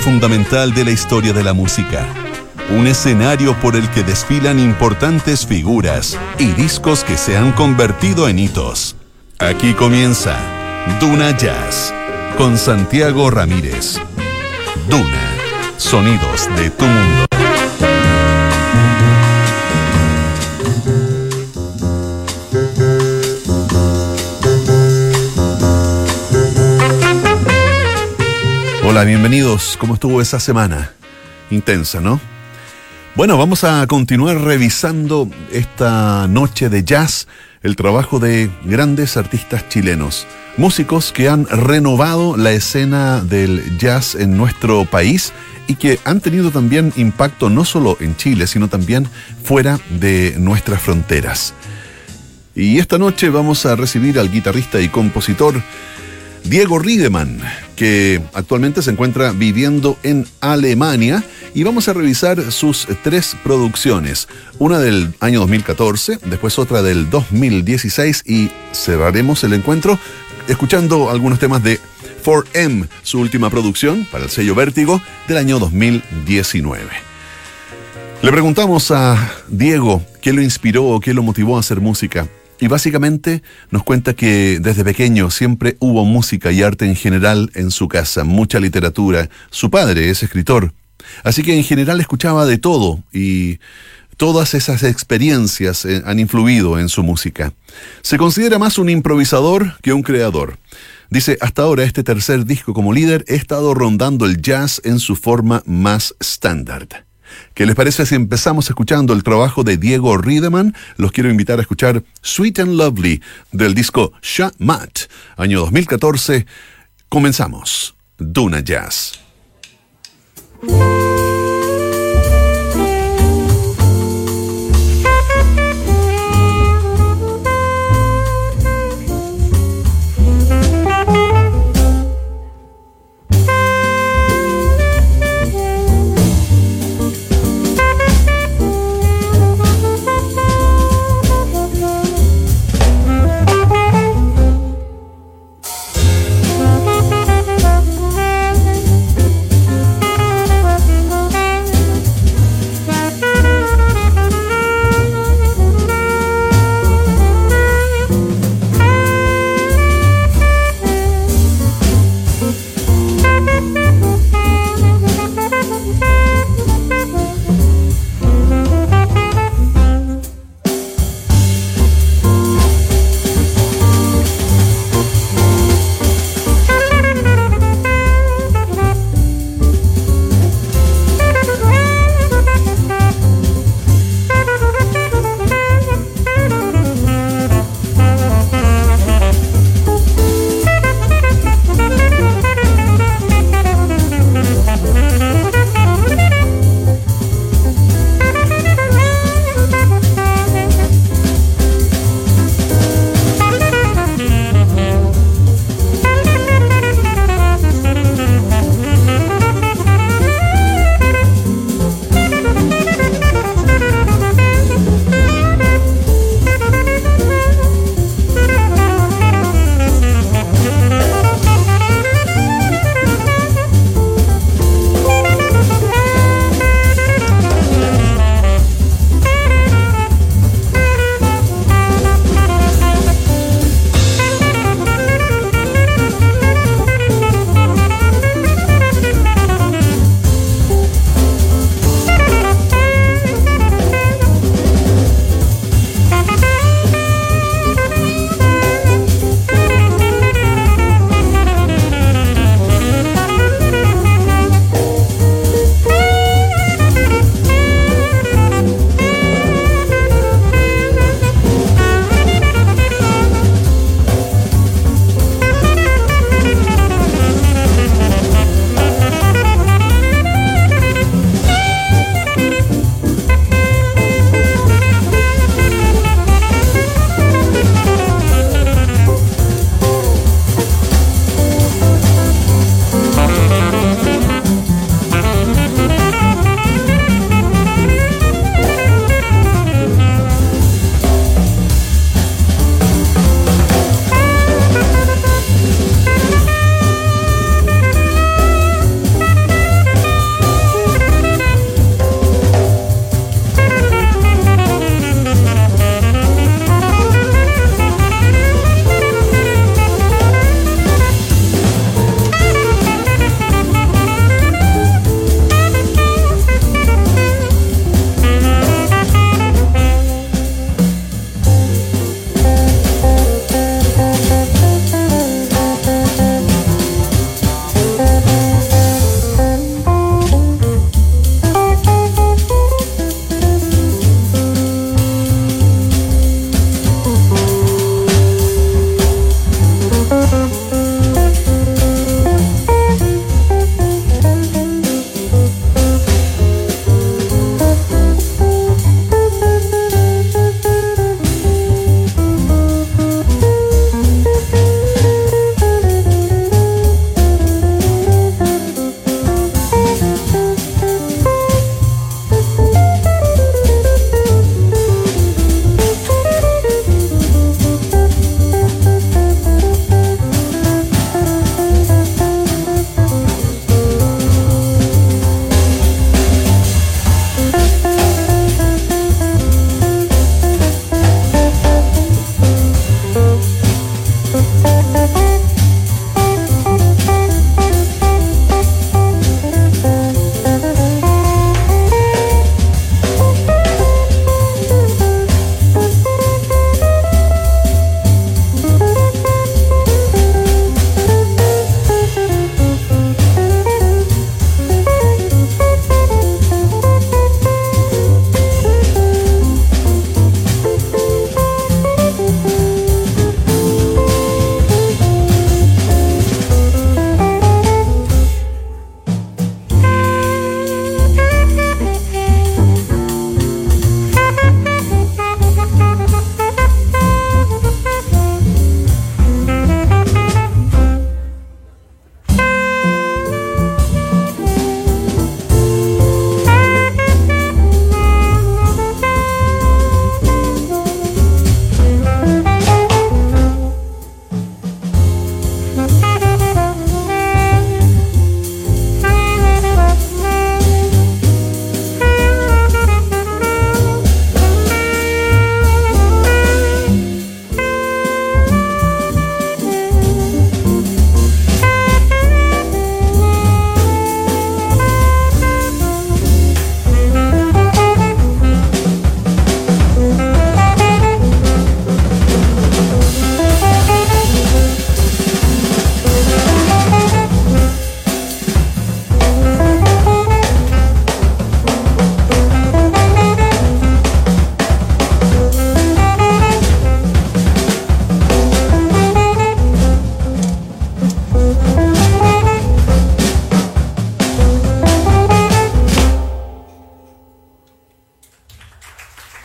fundamental de la historia de la música. Un escenario por el que desfilan importantes figuras y discos que se han convertido en hitos. Aquí comienza Duna Jazz con Santiago Ramírez. Duna, sonidos de tu mundo. Hola, bienvenidos. ¿Cómo estuvo esa semana? Intensa, ¿no? Bueno, vamos a continuar revisando esta noche de jazz, el trabajo de grandes artistas chilenos, músicos que han renovado la escena del jazz en nuestro país y que han tenido también impacto no solo en Chile, sino también fuera de nuestras fronteras. Y esta noche vamos a recibir al guitarrista y compositor Diego Riedemann, que actualmente se encuentra viviendo en Alemania, y vamos a revisar sus 3 producciones, una del año 2014, después otra del 2016, y cerraremos el encuentro escuchando algunos temas de 4M, su última producción para el sello Vértigo del año 2019. Le preguntamos a Diego qué lo inspiró o qué lo motivó a hacer música. Y básicamente nos cuenta que desde pequeño siempre hubo música y arte en general en su casa, mucha literatura. Su padre es escritor, así que en general escuchaba de todo y todas esas experiencias han influido en su música. Se considera más un improvisador que un creador. Dice, hasta ahora este tercer disco como líder he estado rondando el jazz en su forma más estándar. ¿Qué les parece si empezamos escuchando el trabajo de Diego Riedemann? Los quiero invitar a escuchar Sweet and Lovely del disco Shamat, año 2014. Comenzamos Duna Jazz.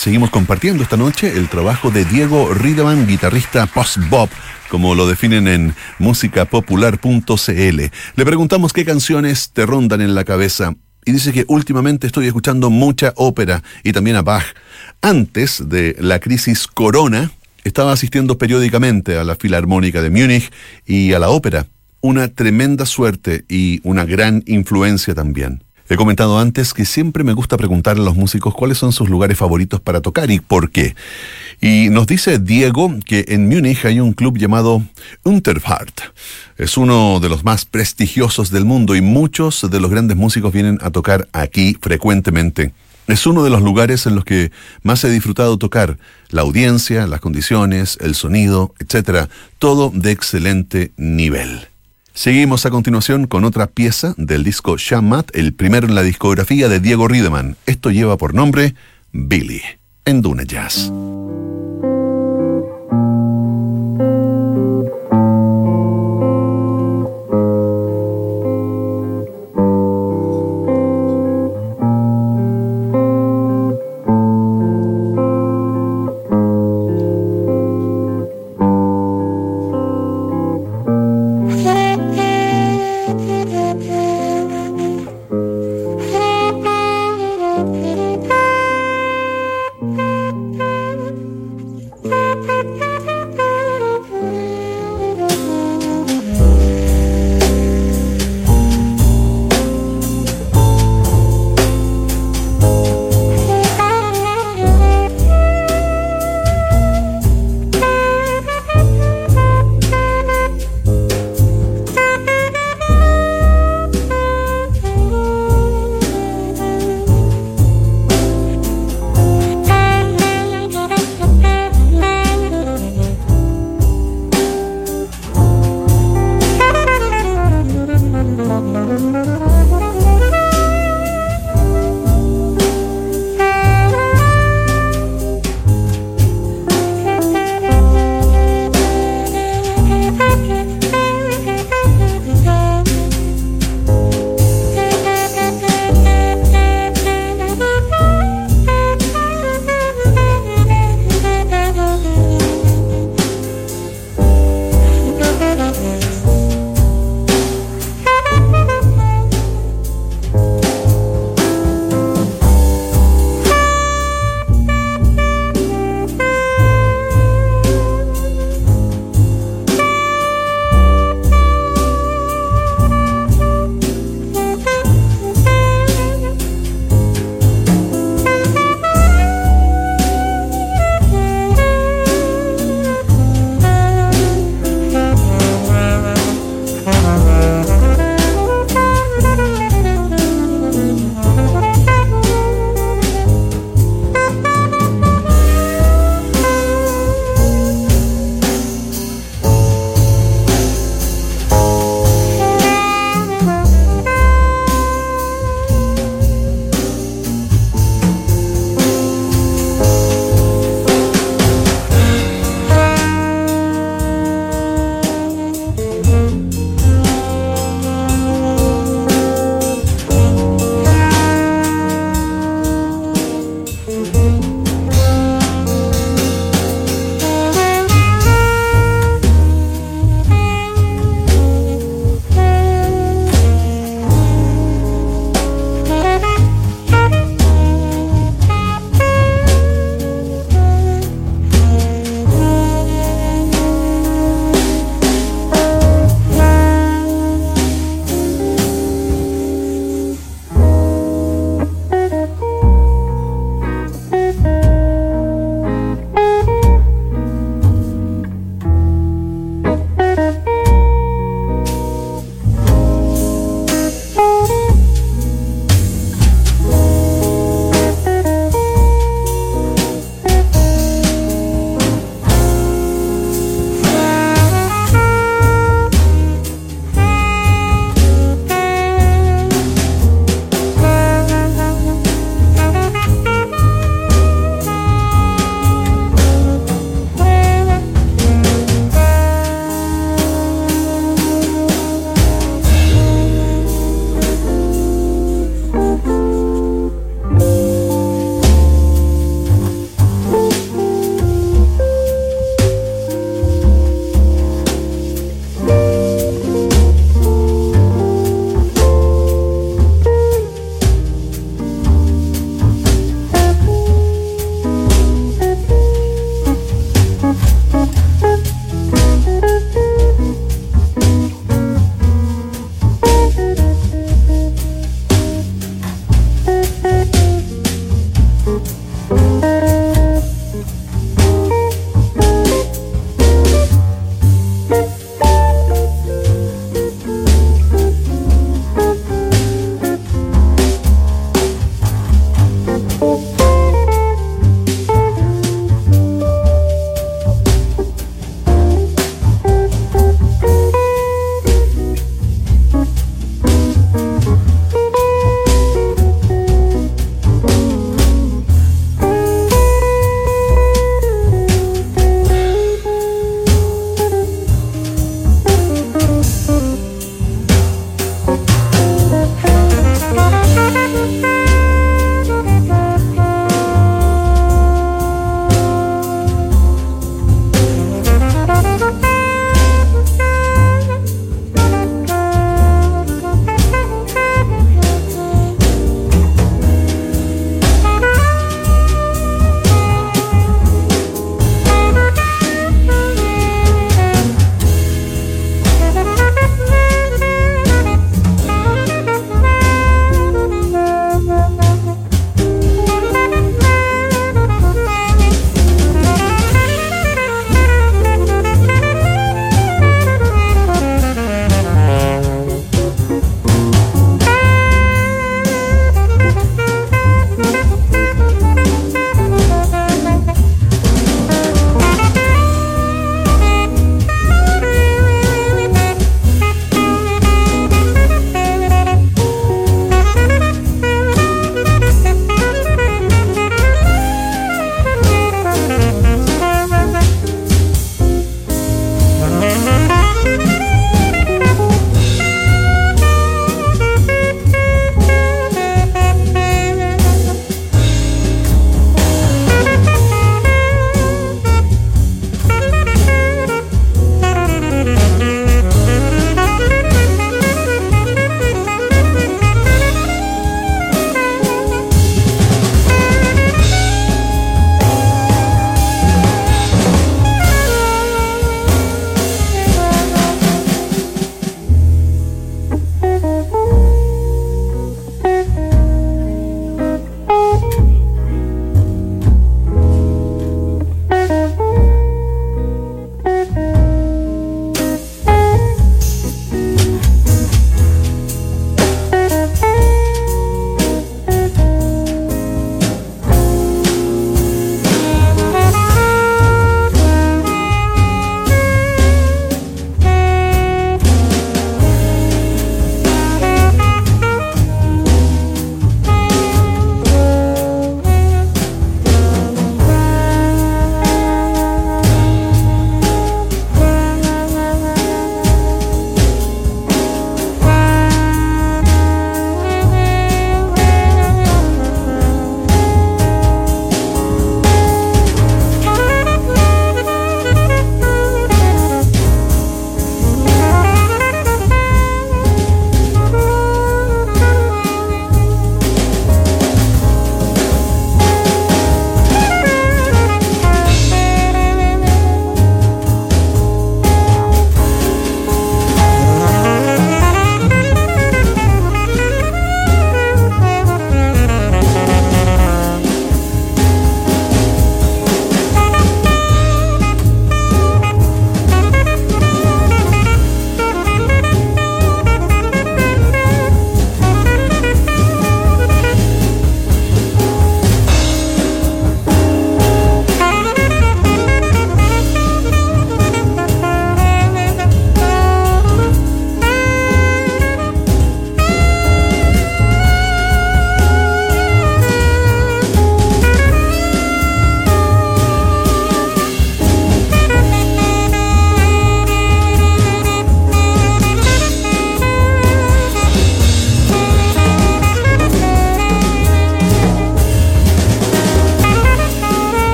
seguimos compartiendo esta noche el trabajo de Diego Riedemann, guitarrista post-bop, como lo definen en musicapopular.cl. Le preguntamos qué canciones te rondan en la cabeza y dice que últimamente estoy escuchando mucha ópera y también a Bach. Antes de la crisis corona, estaba asistiendo periódicamente a la Filarmónica de Múnich y a la ópera. Una tremenda suerte y una gran influencia también. He comentado antes que siempre me gusta preguntar a los músicos cuáles son sus lugares favoritos para tocar y por qué. Y nos dice Diego que en Múnich hay un club llamado Unterfahrt. Es uno de los más prestigiosos del mundo y muchos de los grandes músicos vienen a tocar aquí frecuentemente. Es uno de los lugares en los que más he disfrutado tocar. La audiencia, las condiciones, el sonido, etc. Todo de excelente nivel. Seguimos a continuación con otra pieza del disco Shamat, el primero en la discografía de Diego Riedemann. Esto lleva por nombre Billy, en Duna Jazz.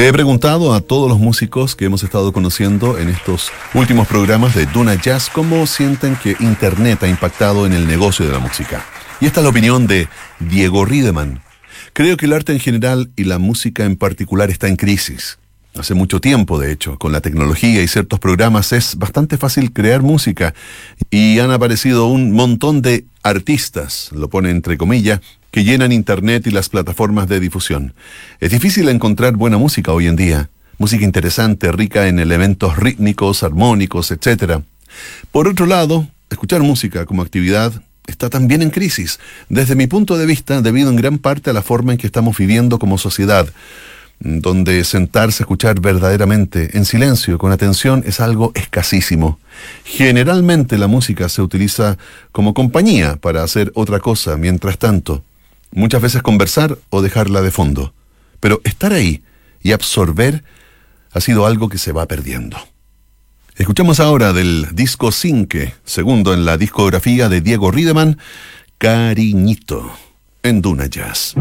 Le he preguntado a todos los músicos que hemos estado conociendo en estos últimos programas de Duna Jazz cómo sienten que Internet ha impactado en el negocio de la música. Y esta es la opinión de Diego Riedemann. Creo que el arte en general y la música en particular está en crisis. Hace mucho tiempo, de hecho, con la tecnología y ciertos programas es bastante fácil crear música y han aparecido un montón de artistas, lo pone entre comillas, que llenan Internet y las plataformas de difusión. Es difícil encontrar buena música hoy en día, música interesante, rica en elementos rítmicos, armónicos, etc. Por otro lado, escuchar música como actividad está también en crisis, desde mi punto de vista, debido en gran parte a la forma en que estamos viviendo como sociedad, donde sentarse a escuchar verdaderamente, en silencio, con atención, es algo escasísimo. Generalmente la música se utiliza como compañía para hacer otra cosa, mientras tanto. Muchas veces conversar o dejarla de fondo. Pero estar ahí y absorber ha sido algo que se va perdiendo. Escuchamos ahora del disco Cinque, segundo en la discografía de Diego Riedemann, Cariñito, en Duna Jazz.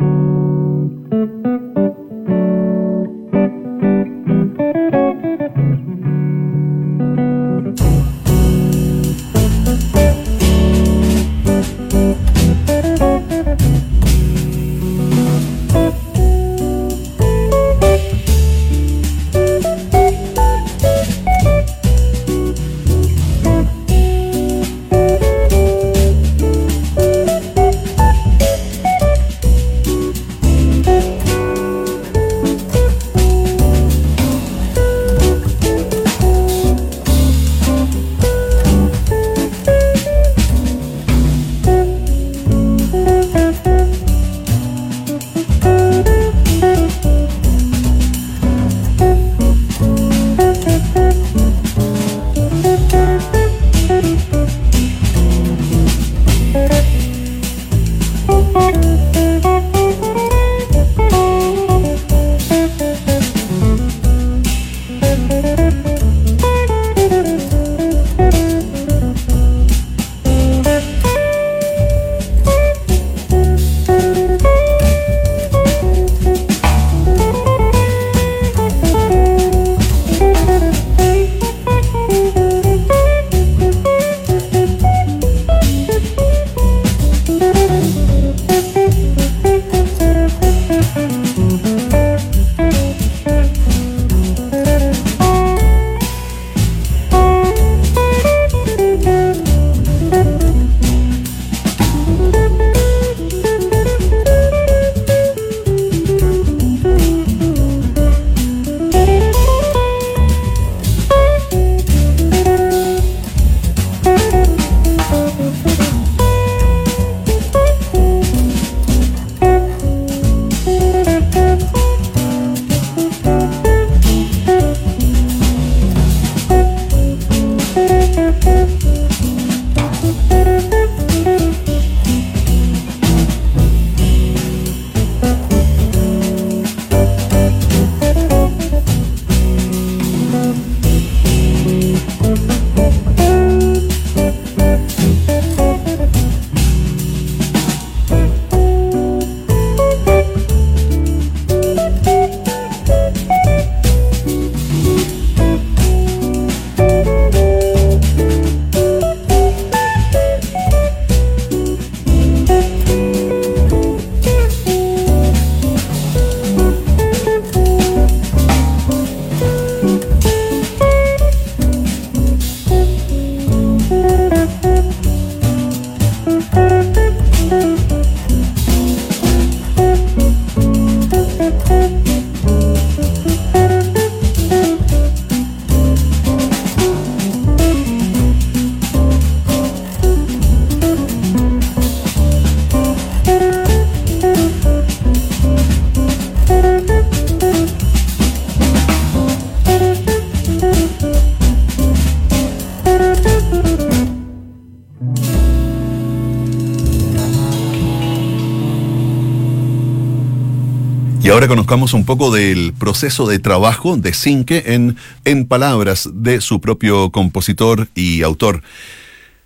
Y ahora conozcamos un poco del proceso de trabajo de Cinque en palabras de su propio compositor y autor.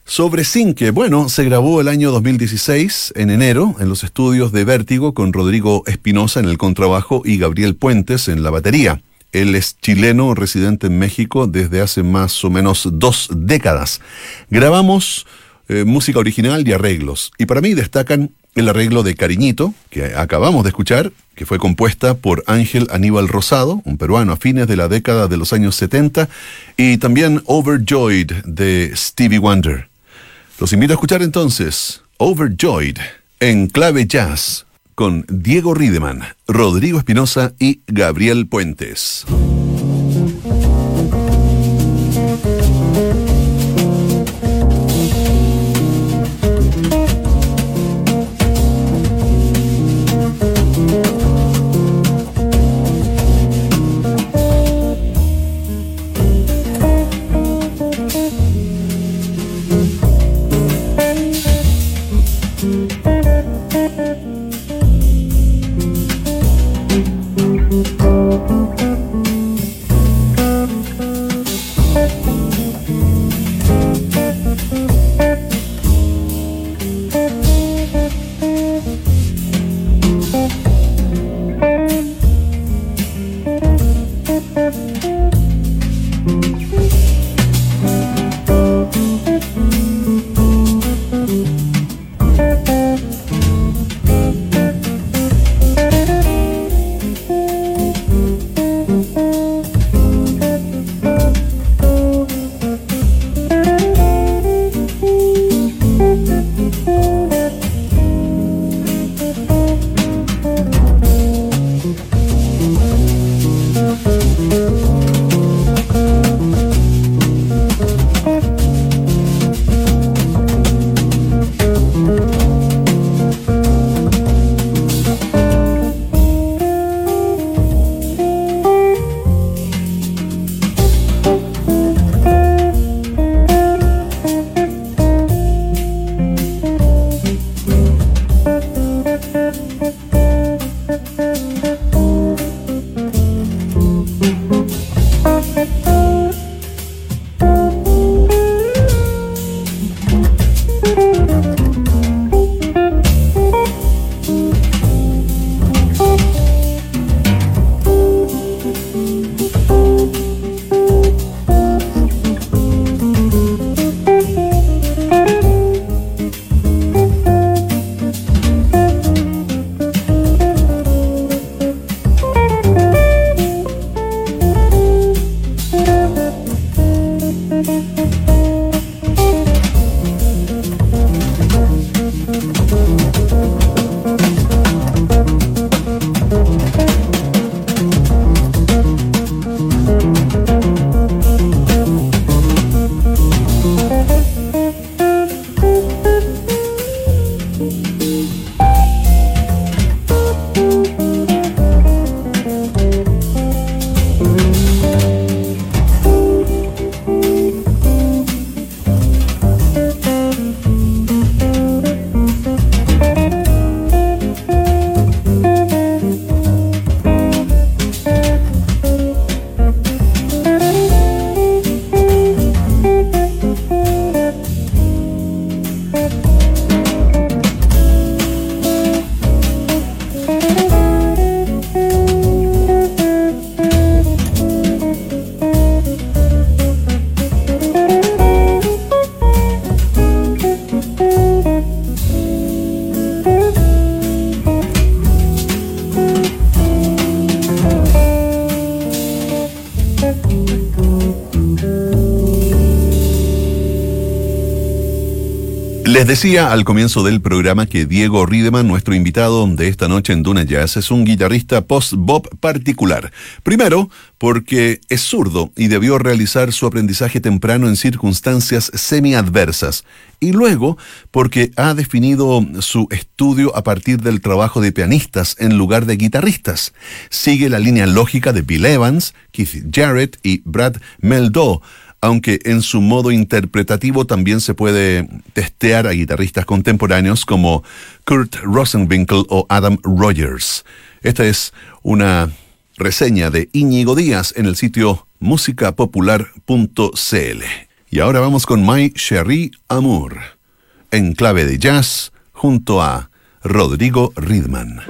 Sobre Cinque, bueno, se grabó el año 2016, en enero, en los estudios de Vértigo, con Rodrigo Espinosa en el contrabajo y Gabriel Puentes en la batería. Él es chileno, residente en México desde hace más o menos 2 décadas. Grabamos música original y arreglos, y para mí destacan el arreglo de Cariñito, que acabamos de escuchar, que fue compuesta por Ángel Aníbal Rosado, un peruano a fines de la década de los años 70, y también Overjoyed de Stevie Wonder. Los invito a escuchar entonces Overjoyed en clave jazz con Diego Riedemann, Rodrigo Espinosa y Gabriel Puentes. Les decía al comienzo del programa que Diego Riedemann, nuestro invitado de esta noche en Duna Jazz, es un guitarrista post-bop particular. Primero, porque es zurdo y debió realizar su aprendizaje temprano en circunstancias semiadversas. Y luego, porque ha definido su estudio a partir del trabajo de pianistas en lugar de guitarristas. Sigue la línea lógica de Bill Evans, Keith Jarrett y Brad Mehldau, aunque en su modo interpretativo también se puede testear a guitarristas contemporáneos como Kurt Rosenwinkel o Adam Rogers. Esta es una reseña de Íñigo Díaz en el sitio musicapopular.cl. Y ahora vamos con My Chérie Amour, en clave de jazz, junto a Rodrigo Riedman.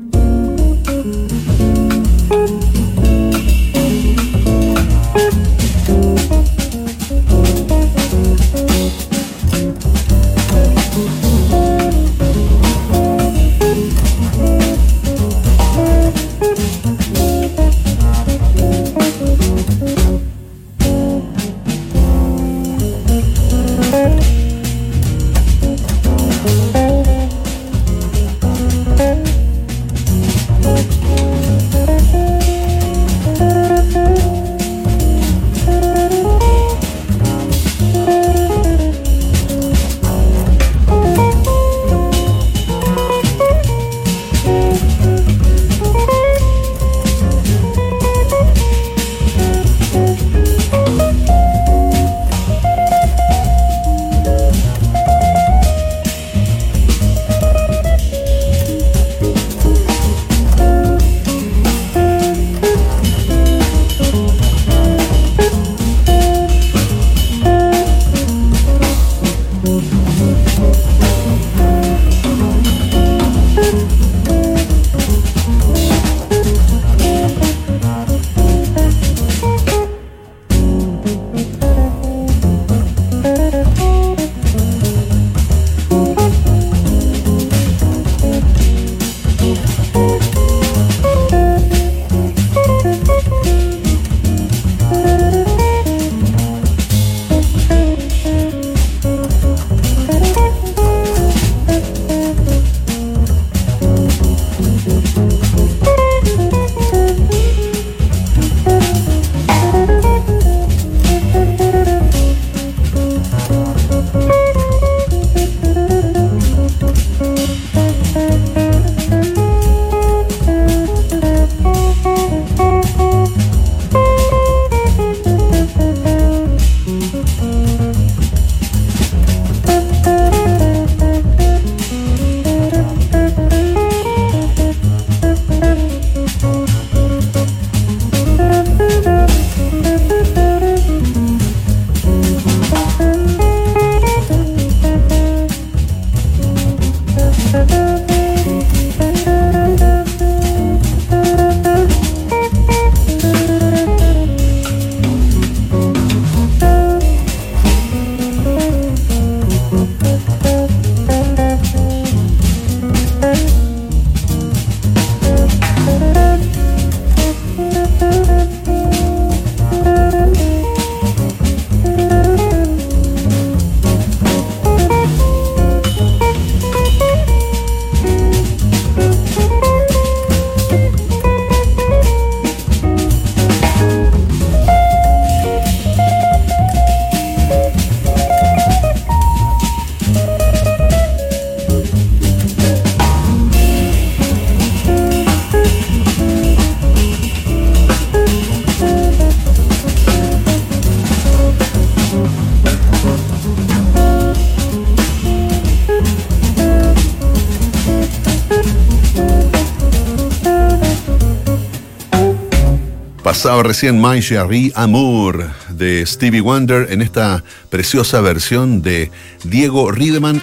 Pasaba recién My Chérie Amour de Stevie Wonder en esta preciosa versión de Diego Riedman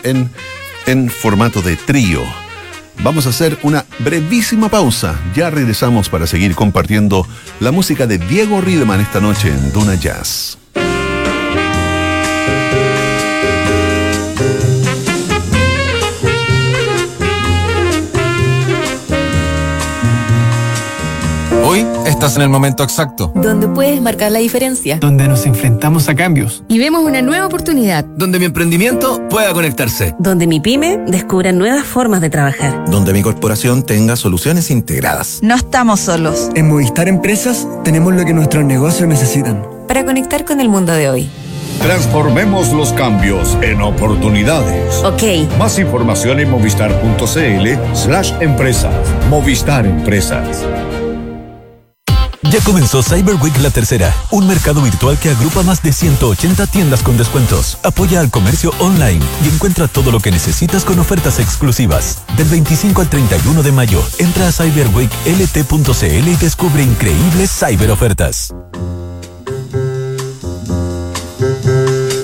en formato de trío. Vamos a hacer una brevísima pausa. Ya regresamos para seguir compartiendo la música de Diego Riedman esta noche en Duna Jazz. Hoy estás en el momento exacto. Donde puedes marcar la diferencia. Donde nos enfrentamos a cambios. Y vemos una nueva oportunidad. Donde mi emprendimiento pueda conectarse. Donde mi pyme descubra nuevas formas de trabajar. Donde mi corporación tenga soluciones integradas. No estamos solos. En Movistar Empresas tenemos lo que nuestros negocios necesitan. Para conectar con el mundo de hoy. Transformemos los cambios en oportunidades. Ok. Más información en movistar.cl/empresas. Movistar Empresas. Ya comenzó Cyber Week la tercera, un mercado virtual que agrupa más de 180 tiendas con descuentos, apoya al comercio online y encuentra todo lo que necesitas con ofertas exclusivas. Del 25 al 31 de mayo, entra a cyberweeklt.cl y descubre increíbles cyber ofertas.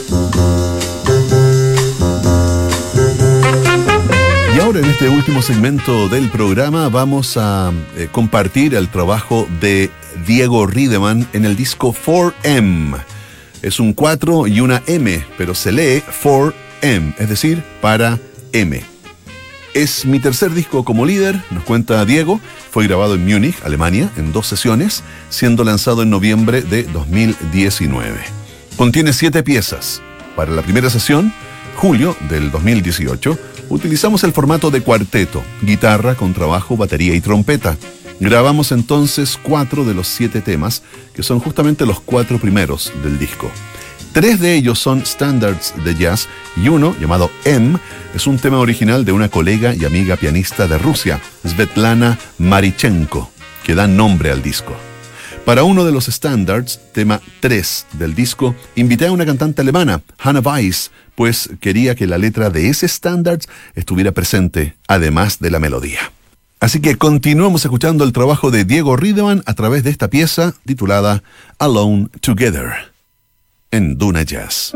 este último segmento del programa vamos a compartir el trabajo de Diego Riedemann en el disco 4M. Es un 4 y una M, pero se lee 4M, es decir, para M. Es mi tercer disco como líder, nos cuenta Diego. Fue grabado en Múnich, Alemania, en 2 sesiones, siendo lanzado en noviembre de 2019. Contiene 7 piezas. Para la primera sesión, julio del 2018, utilizamos el formato de cuarteto, guitarra, contrabajo, batería y trompeta. Grabamos entonces 4 de los 7 temas, que son justamente los 4 primeros del disco. 3 de ellos son standards de jazz y uno, llamado M, es un tema original de una colega y amiga pianista de Rusia, Svetlana Marichenko, que da nombre al disco. Para uno de los standards, tema 3 del disco, invité a una cantante alemana, Hannah Weiss, pues quería que la letra de ese standard estuviera presente, además de la melodía. Así que continuamos escuchando el trabajo de Diego Riedemann a través de esta pieza titulada Alone Together, en Duna Jazz.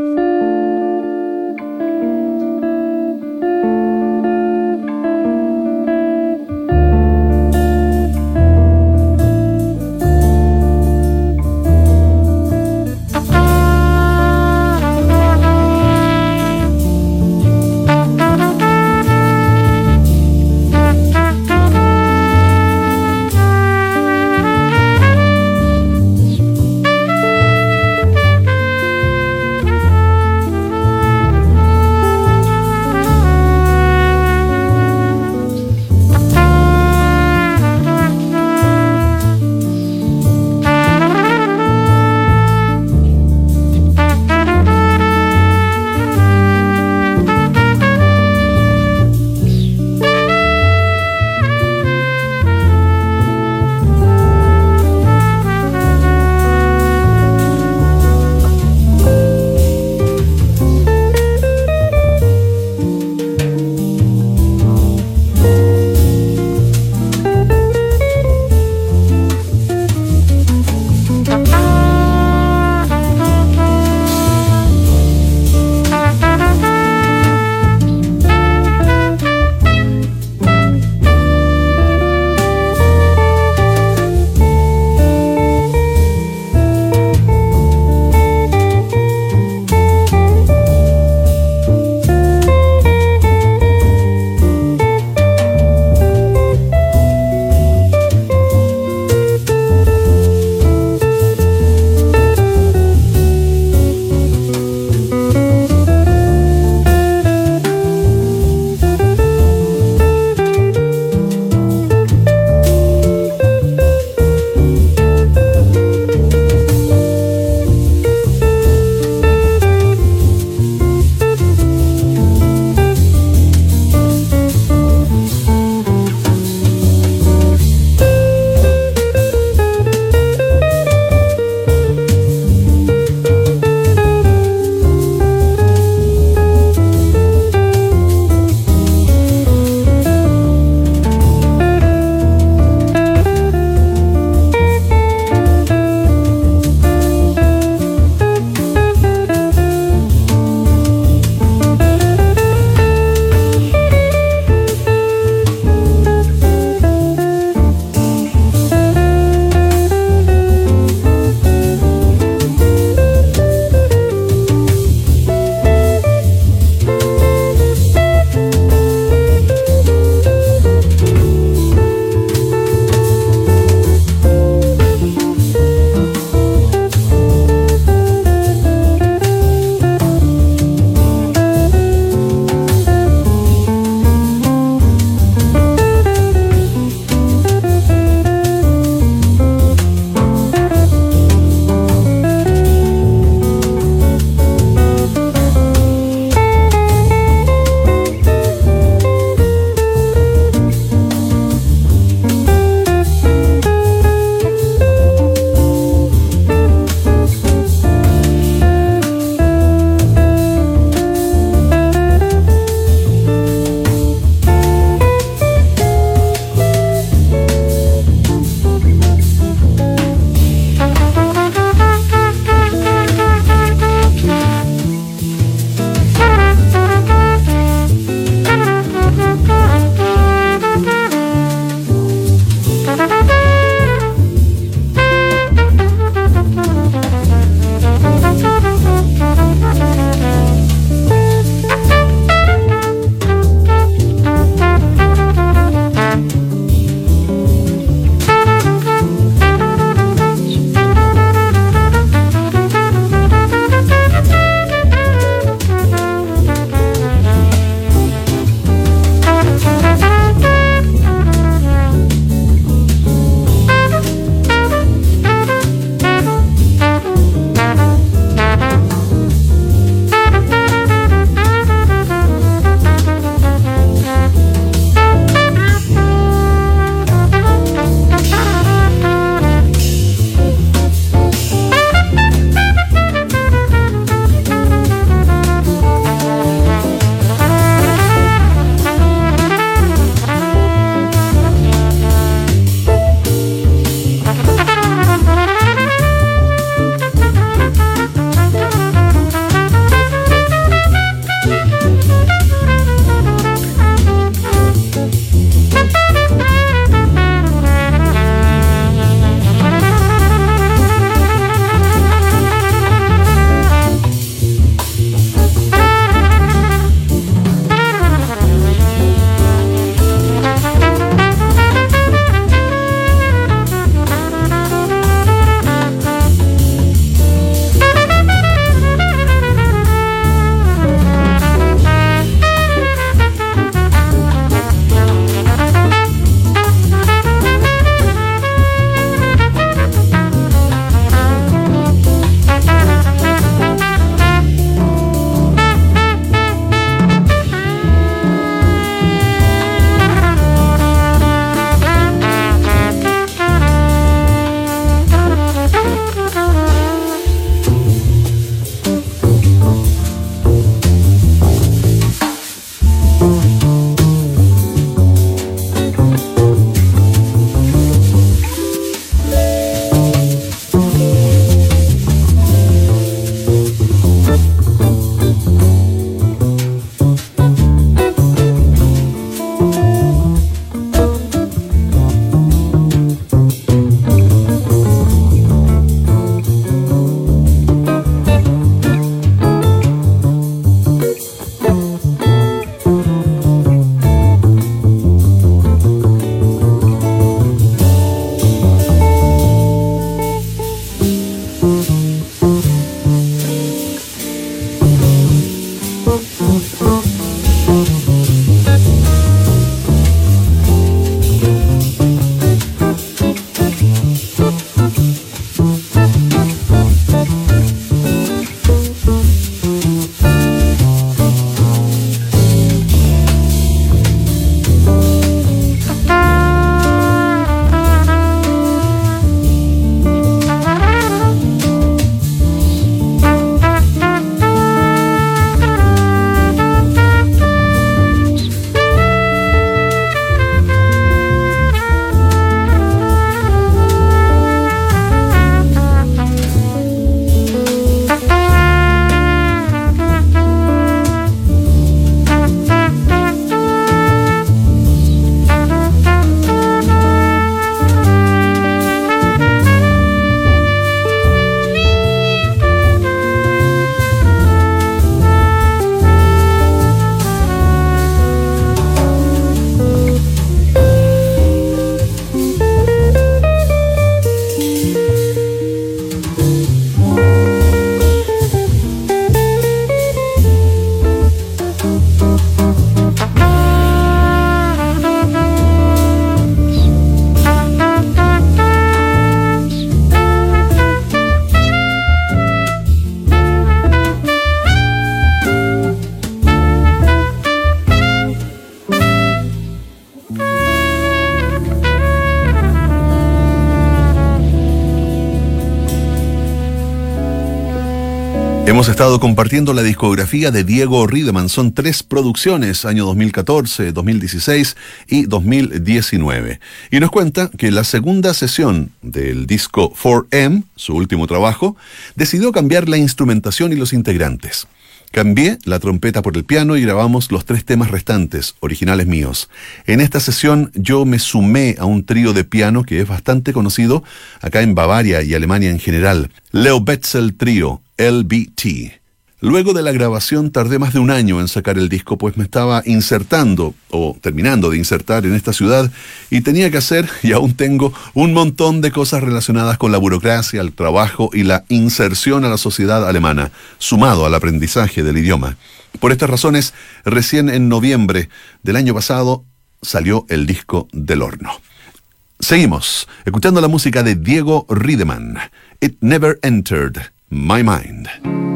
Hemos estado compartiendo la discografía de Diego Riedemann. Son 3 producciones, año 2014, 2016 y 2019. Y nos cuenta que la segunda sesión del disco 4M, su último trabajo, decidió cambiar la instrumentación y los integrantes. Cambié la trompeta por el piano y grabamos los 3 temas restantes, originales míos. En esta sesión yo me sumé a un trío de piano que es bastante conocido acá en Bavaria y Alemania en general, Leo Betzel Trio, LBT. Luego de la grabación tardé más de 1 año en sacar el disco, pues me estaba insertando, o terminando de insertar en esta ciudad, y tenía que hacer, y aún tengo, un montón de cosas relacionadas con la burocracia, el trabajo y la inserción a la sociedad alemana, sumado al aprendizaje del idioma. Por estas razones, recién en noviembre del año pasado salió el disco del horno. Seguimos escuchando la música de Diego Riedemann, It Never Entered My Mind.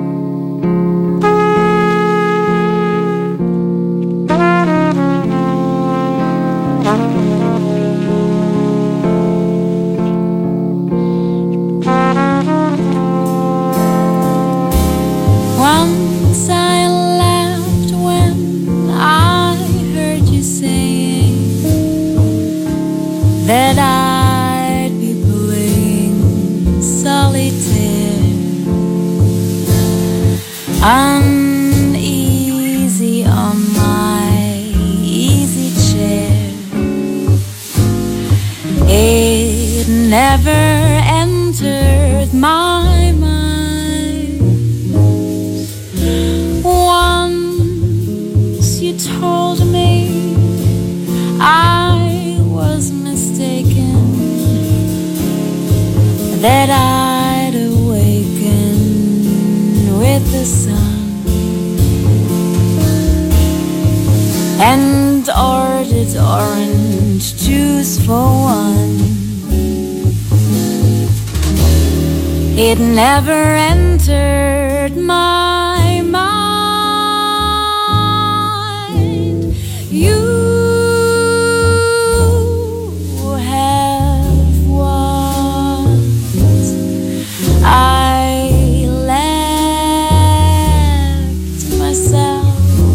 Once I laughed when I heard you saying that I'd be playing solitaire, uneasy on my easy chair. It never entered my mind. Once you told me I was mistaken, that I'd awaken with the sun, and ordered orange juice for one. It never entered my mind. You have what I lacked myself,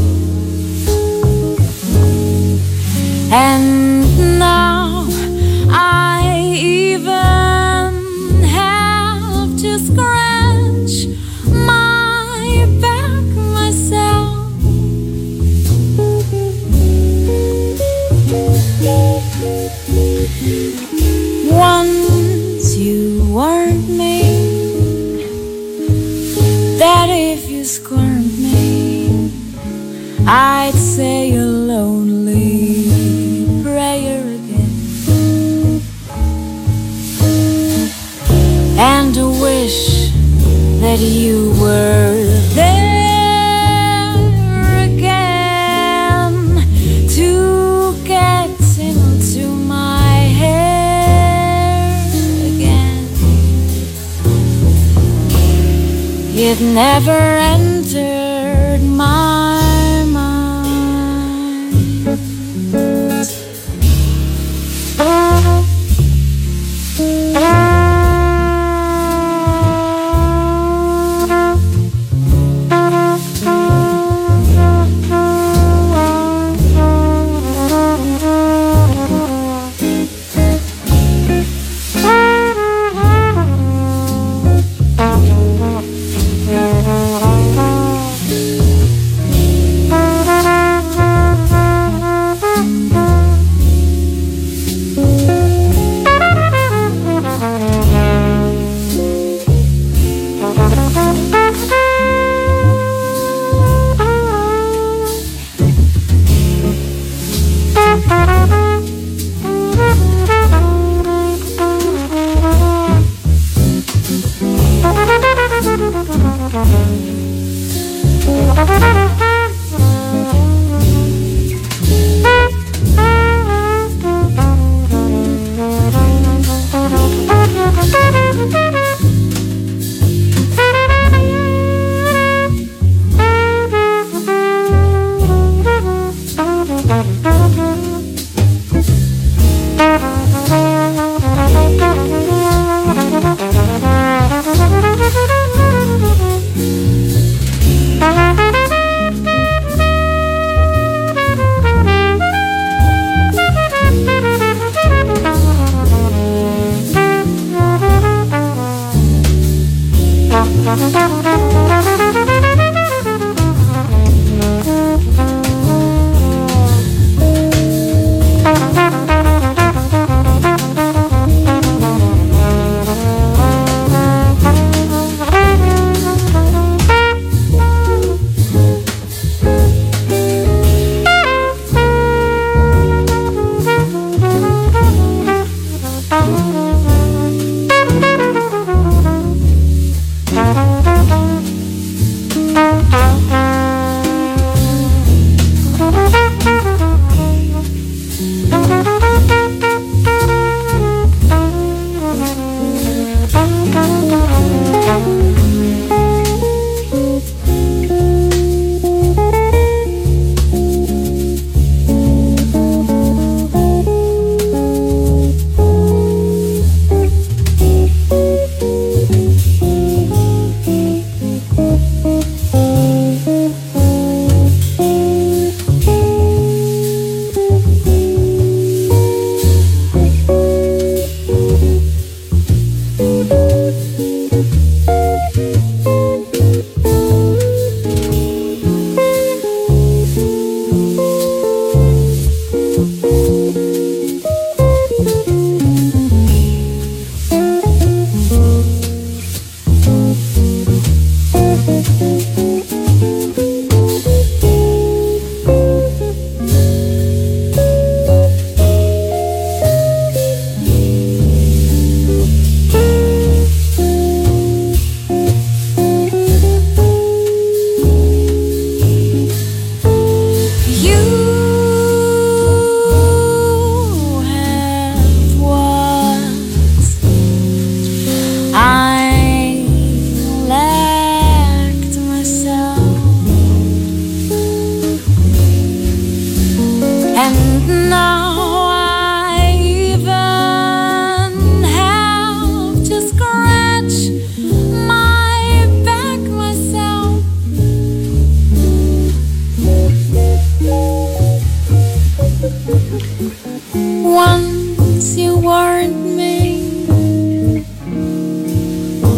and now I even have to scratch my back myself. Once you warned me that if you scorned me, I'd say a lonely prayer again, and a wish that you were there again to get into my hair again. It never entered my mind.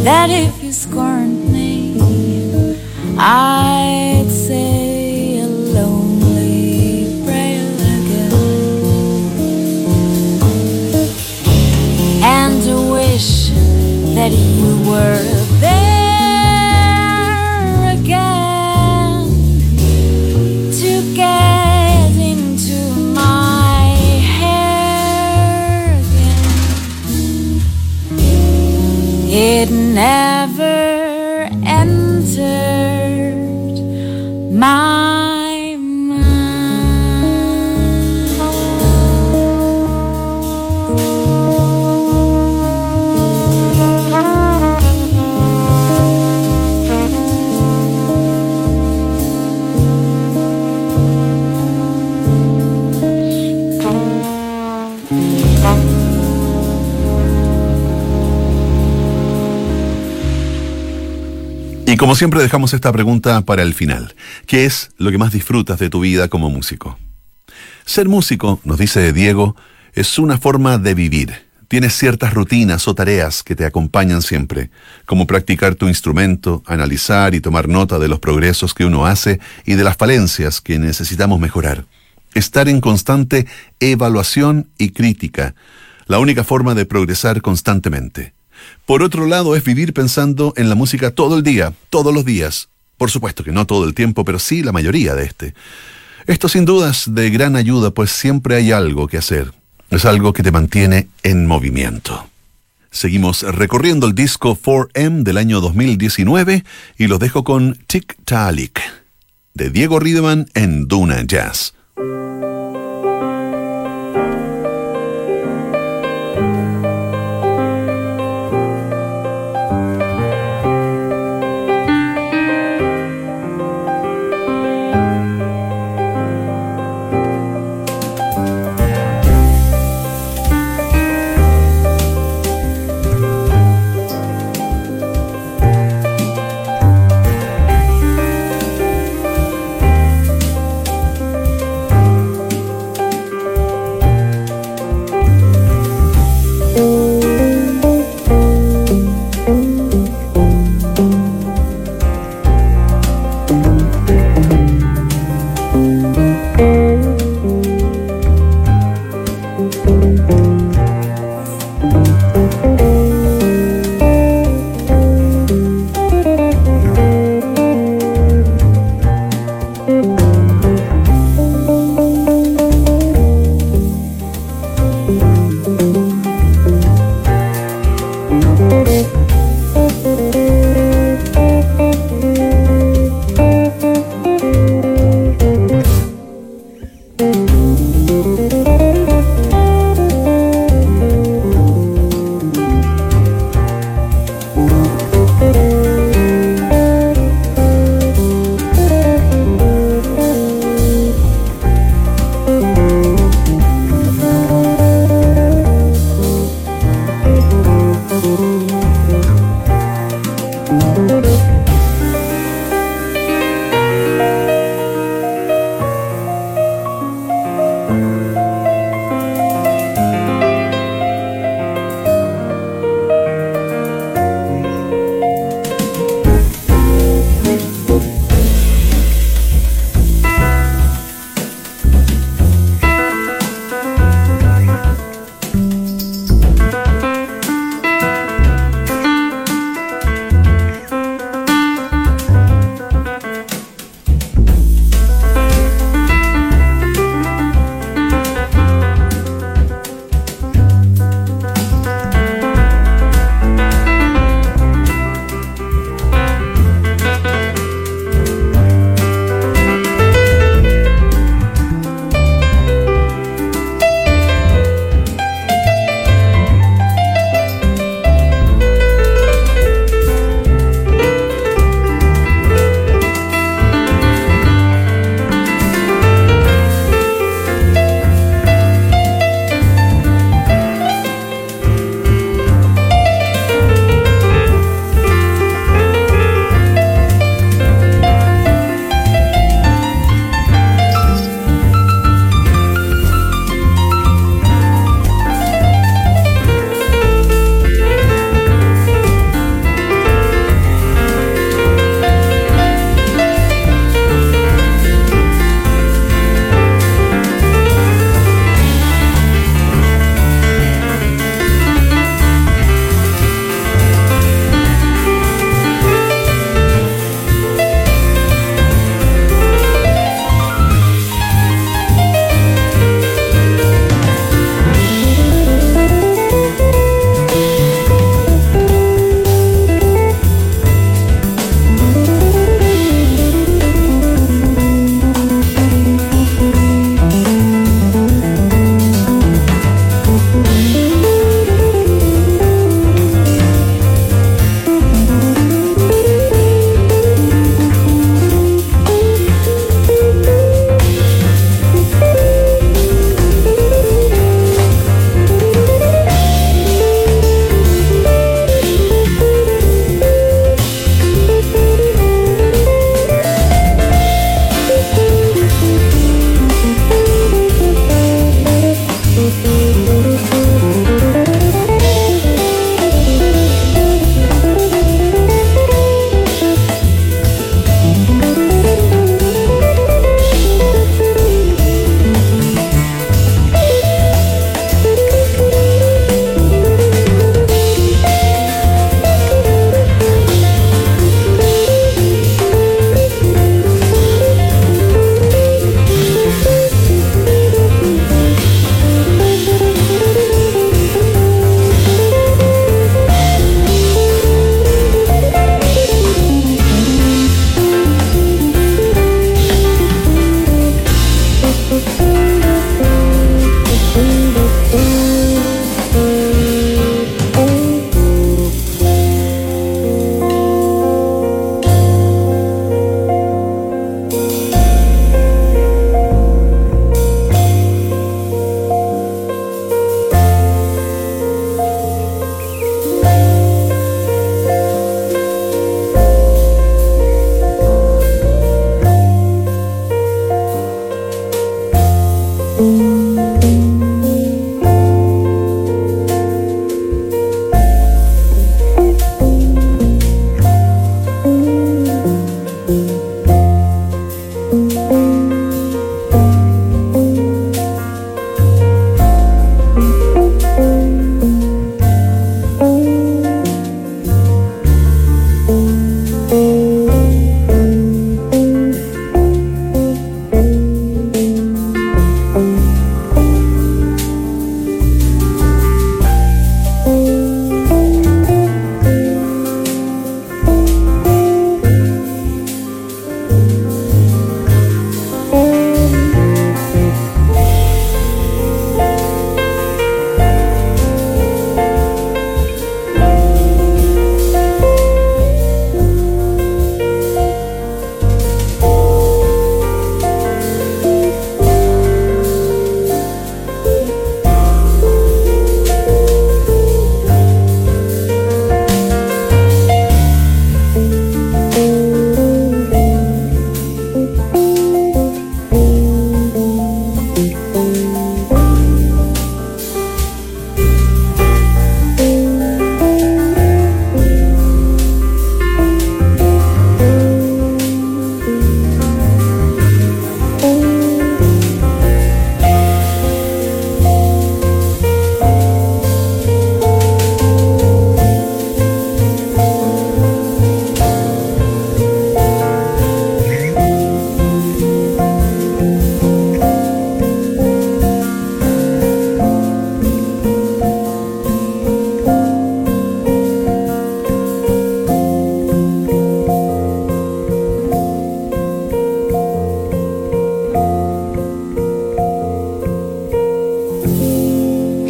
that if you scorned me, I'd say a lonely prayer again, and a wish that you were there again to get into my hair again. It never entered my Y como siempre dejamos esta pregunta para el final. ¿Qué es lo que más disfrutas de tu vida como músico? Ser músico, nos dice Diego, es una forma de vivir. Tienes ciertas rutinas o tareas que te acompañan siempre, como practicar tu instrumento, analizar y tomar nota de los progresos que uno hace y de las falencias que necesitamos mejorar. Estar en constante evaluación y crítica, la única forma de progresar constantemente. Por otro lado, es vivir pensando en la música todo el día, todos los días. Por supuesto que no todo el tiempo, pero sí la mayoría de este. Esto sin dudas de gran ayuda, pues siempre hay algo que hacer. Es algo que te mantiene en movimiento. Seguimos recorriendo el disco 4M del año 2019 y los dejo con Tic Taalik, de Diego Riedemann en Duna Jazz.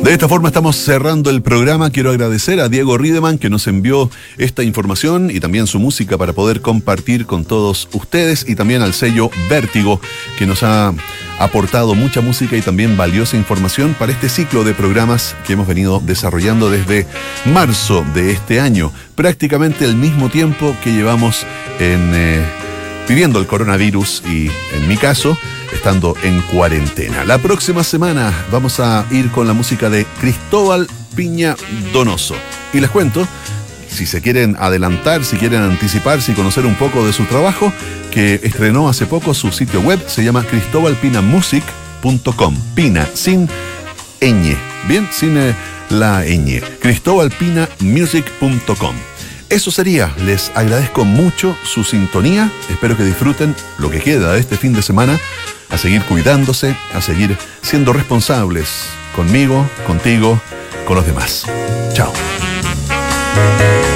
De esta forma estamos cerrando el programa. Quiero agradecer a Diego Riedemann que nos envió esta información y también su música para poder compartir con todos ustedes, y también al sello Vértigo que nos ha aportado mucha música y también valiosa información para este ciclo de programas que hemos venido desarrollando desde marzo de este año, prácticamente el mismo tiempo que llevamos viviendo el coronavirus y, en mi caso, estando en cuarentena. La próxima semana vamos a ir con la música de Cristóbal Piña Donoso. Y les cuento, si se quieren adelantar, si quieren anticiparse y conocer un poco de su trabajo, que estrenó hace poco su sitio web, se llama cristobalpinamusic.com. Pina, sin ñ, bien, sin la ñ. cristobalpinamusic.com. Eso sería. Les agradezco mucho su sintonía. Espero que disfruten lo que queda de este fin de semana. A seguir cuidándose, a seguir siendo responsables conmigo, contigo, con los demás. Chao.